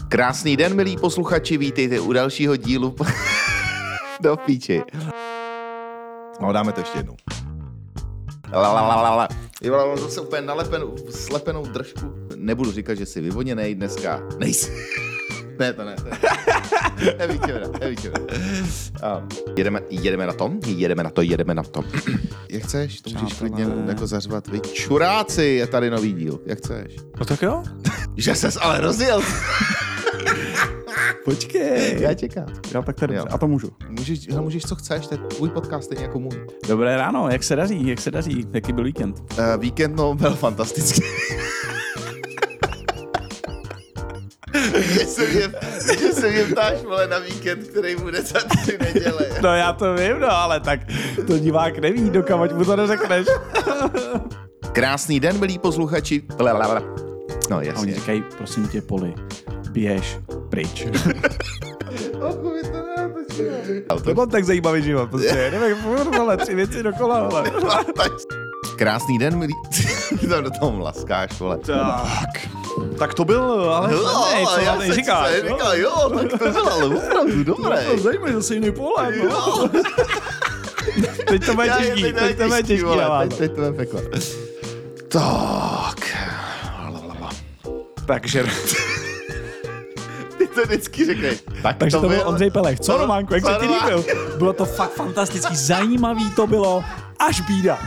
Krásný den, milí posluchači, vítejte u dalšího dílu do píči. No, dáme to ještě jednou. Jo, mám zase úplně slepenou držku. Nebudu říkat, že jsi vyvoněnej dneska. Nejsi. Ne, to ne. Nevíčeme. Jedeme na tom. Jak chceš, to můžeš klidně jako zařvat. Vy čuráci, je tady nový díl. Jak chceš? No tak jo. Že ses ale rozjel. Počkej. Já čekám. Jo, tak tady. A to můžu. Můžeš, co chceš, to je tvůj podcast, stejně jako můj. Dobré ráno, jak se daří? Jaký byl víkend? Víkend, no, byl fantastický. Že se mě ptáš, vole, na víkend, který bude za 3 neděle. No já to vím, no, ale tak to divák neví, dokud mu to neřekneš. Krásný den, milí posluchači. No, jasně. A oni říkají, prosím tě, Poli, běž pryč. To byl tak zajímavý život, prostě. Nevím, vole, 3 věci dokola, vole. Krásný den, milí... Ty tam do toho mlaskáš, vole. Tak to byl, ale nej, co já tady říkáš. Říkal, jo, tak to bylo, ale opravdu dobré. To zajímavé, zase jiný pohled, no. Teď to bude těžký, teď to bude těžký. Teď to bude peklo. Tak. Takže... Ty to vždycky řeknej. Takže to byl Ondřej Pelech. Co, Románku, jak se ti líbil? Bylo to fakt fantastický, zajímavý to bylo, až bída.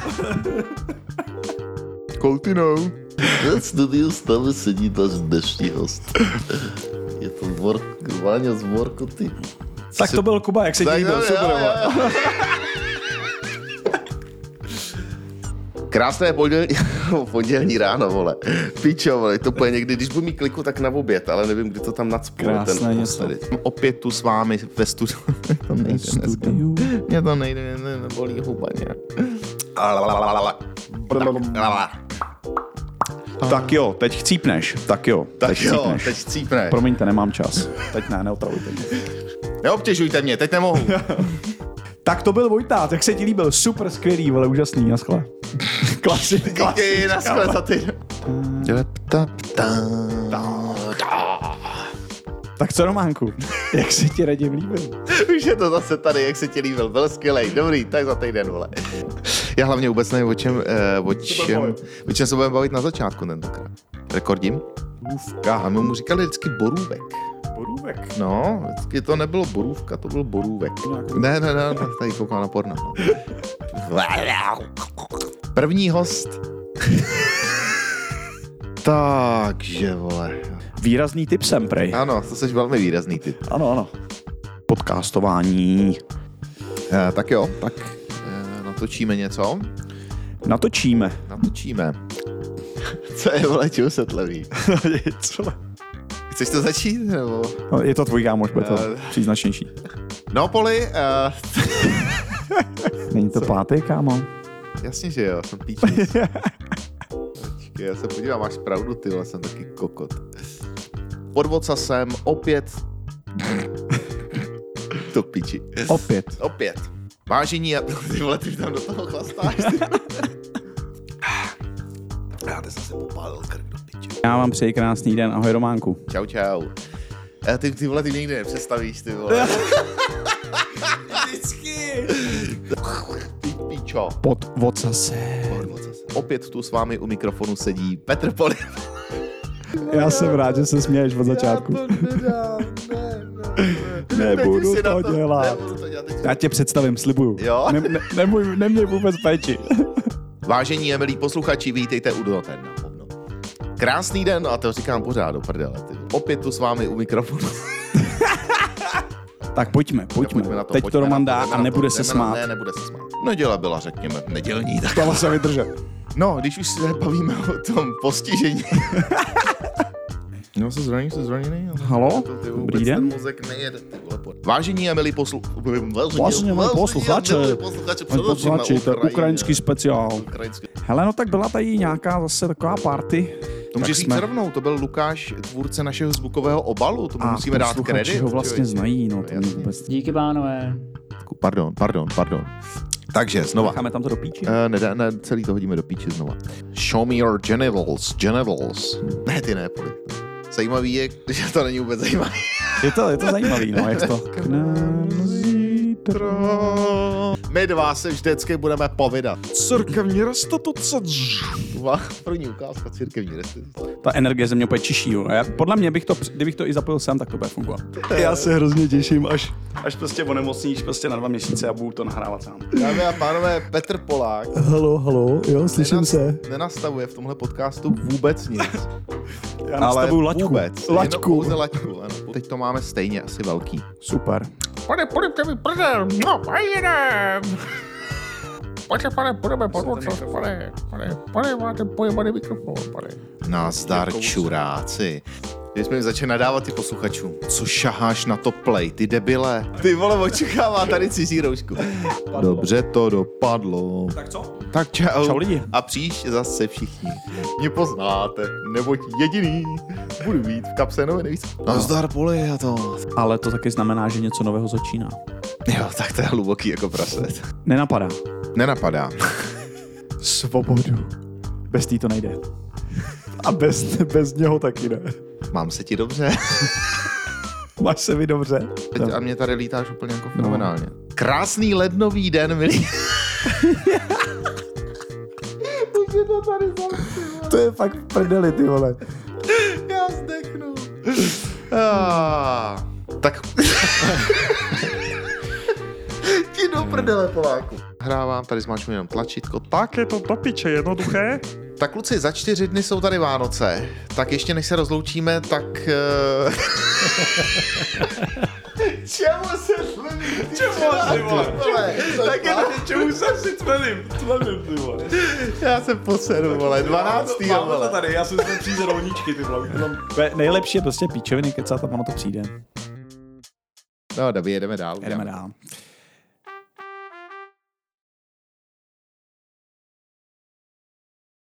Koutinou. Ve studiu stále sedí náš dnešní host. Je to Váňa z Morkoty. Tak to byl Kuba, jak se ti líbil, super. Krásné pondělní ráno, vole. Pičo, vole, to bude někdy, když budu mít kliku, tak na oběd, ale nevím, kdy to tam nacpu. Krásné něco. Opět tu s vámi ve studiu. To nejde dneska. Mně to nejde, nebolí huba nějak. Tak jo, teď chcípneš. Teď chcípneš. Promiňte, nemám čas. Teď neotravujte mě. Neobtěžujte mě, teď nemohu. Tak to byl Vojtát, jak se ti líbil? Super skvělý, vole, úžasný, naschle. Klasika. Díky, naschle za ty. Tak co, Románku, jak se ti Radim líbil? Už je to zase tady, jak se ti líbil, byl skvělej, dobrý, tak za týden, vole. Já hlavně vůbec nevím, o čem se budeme bavit na začátku tentokrát. Rekordím? Borůvka. A my mu říkali vždycky borůvek. Borůvek? No, vždycky to nebylo borůvka, to byl borůvek. Ne, tady koukám na porno. No. První host. Takže, vole. Výrazný tip jsem, prej. Ano, to jsi velmi výrazný typ. Ano. Podcastování. Tak jo, tak natočíme něco. Natočíme. Co je, vole, čeho se tleví? Co? Chceš to začít, nebo? No, je to tvůj kámoš, bude to příznačnější. No, Poli. Není to pátý, kámo? Jasně, že jo, jsem píčis. Počkej, já se podívám, máš pravdu, ty vole, jsem taky kokot. Pod vocasem opět. To píči. Opět. Vážení a... Ty vole, ty tam do toho chlastáš. Já teď jsem se popálil krk do piči. Já vám přeji krásný den, ahoj Románku. Čau. Ty vole, ty nikdy nepřestavíš, ty vole. Vždycky. Ty pičo. Pod vocasem. Opět tu s vámi u mikrofonu sedí Petr Poli. Já jsem rád, že se směješ od začátku. Nebudu to dělat. Já tě představím, slibuju. Jo? Neměj vůbec péči. Vážení a milí posluchači, vítejte u Doten. Krásný den, a to říkám pořád do prdele. Opět tu s vámi u mikrofonu. Tak pojďme. Teď to Roman dá a nebude se smát. Ne, nebude se smát. Neděle byla, řekněme, nedělní. Tak. To se vydržet. No, když už se bavíme o tom postižení. No, jsi zraněný. Halo? Dobrý den. Ten mozek nejede. Vážení a milí posluchači, to je ukrajinský speciál. Hele, no tak byla tady nějaká zase taková party. To můžeš říct rovnou, to byl Lukáš, tvůrce našeho zvukového obalu, tomu musíme dát kredit. A ho vlastně znají, no to vůbec. Díky, pánové. Pardon. Takže, znova. Necháme tam to do píči? Ne, celý to hodíme do píči znova. Show me your genitals. Ne, ty ne, Poli. Zajímavý je, že to není vůbec zajímavý. Je to zajímavý, no, jak to. My dva se vždycky budeme povídat. Církevní restituce. První ukázka církevní restituce. Ta energie ze mě úplně čiší, jo. Podle mě kdybych to i zapojil sám, tak to bude fungovat. Já se hrozně těším, až prostě onemocníš prostě na 2 měsíce a budu to nahrávat sám. Dámy a pánové, Petr Polák Halo, jo, slyším se. nenastavuje v tomhle podcastu vůbec nic. Já nastavuju laťku. Vůbec. Jenom pouze laťku, ano. Teď to máme stejně asi velký. Super. Podejte mi prdel, no, pojedem. Pane, máte pojebaný mikrofon, pane. Nazdar, čuráci. Když jsme jim začali nadávat ty posluchačům. Co šaháš na to play, ty debile? Ty vole, očekává tady cizí roušku. Dobře to dopadlo. Tak co? Tak čau. Čau lidi. A příště zase všichni. Mě poznáte, neboť jediný budu mít v kapse noviny. Nazdar, Poli a to. Ale to taky znamená, že něco nového začíná. Jo, tak to je hluboký jako praset. Nenapadá. Nenapadá. Svobodu. Bez tý to nejde. A bez něho taky ne. Mám se ti dobře. Máš se mi dobře. A mě tady lítáš úplně jako fenomenálně. Krásný lednový den, milí. Už je to tady zase. To je fakt v prdeli, ty vole. Já zdechnu. Tak. Ti do prdele, Poláku. Hrávám, tady zmáčknu jenom tlačítko. Tak je to do piče, jednoduché. Tak kluci, za 4 dny jsou tady Vánoce. Tak ještě než se rozloučíme, tak... Čemu se tmím? Tak je to... Čemu jsem si tmelim, ty vole. Já jsem poseru, vole, 12. vole. Tady, já jsem si přijde rovničky, ty vole. Nejlepší je prostě píčoviny kecat a ono to přijde. No, dobře, jedeme dál. Jdeme dál.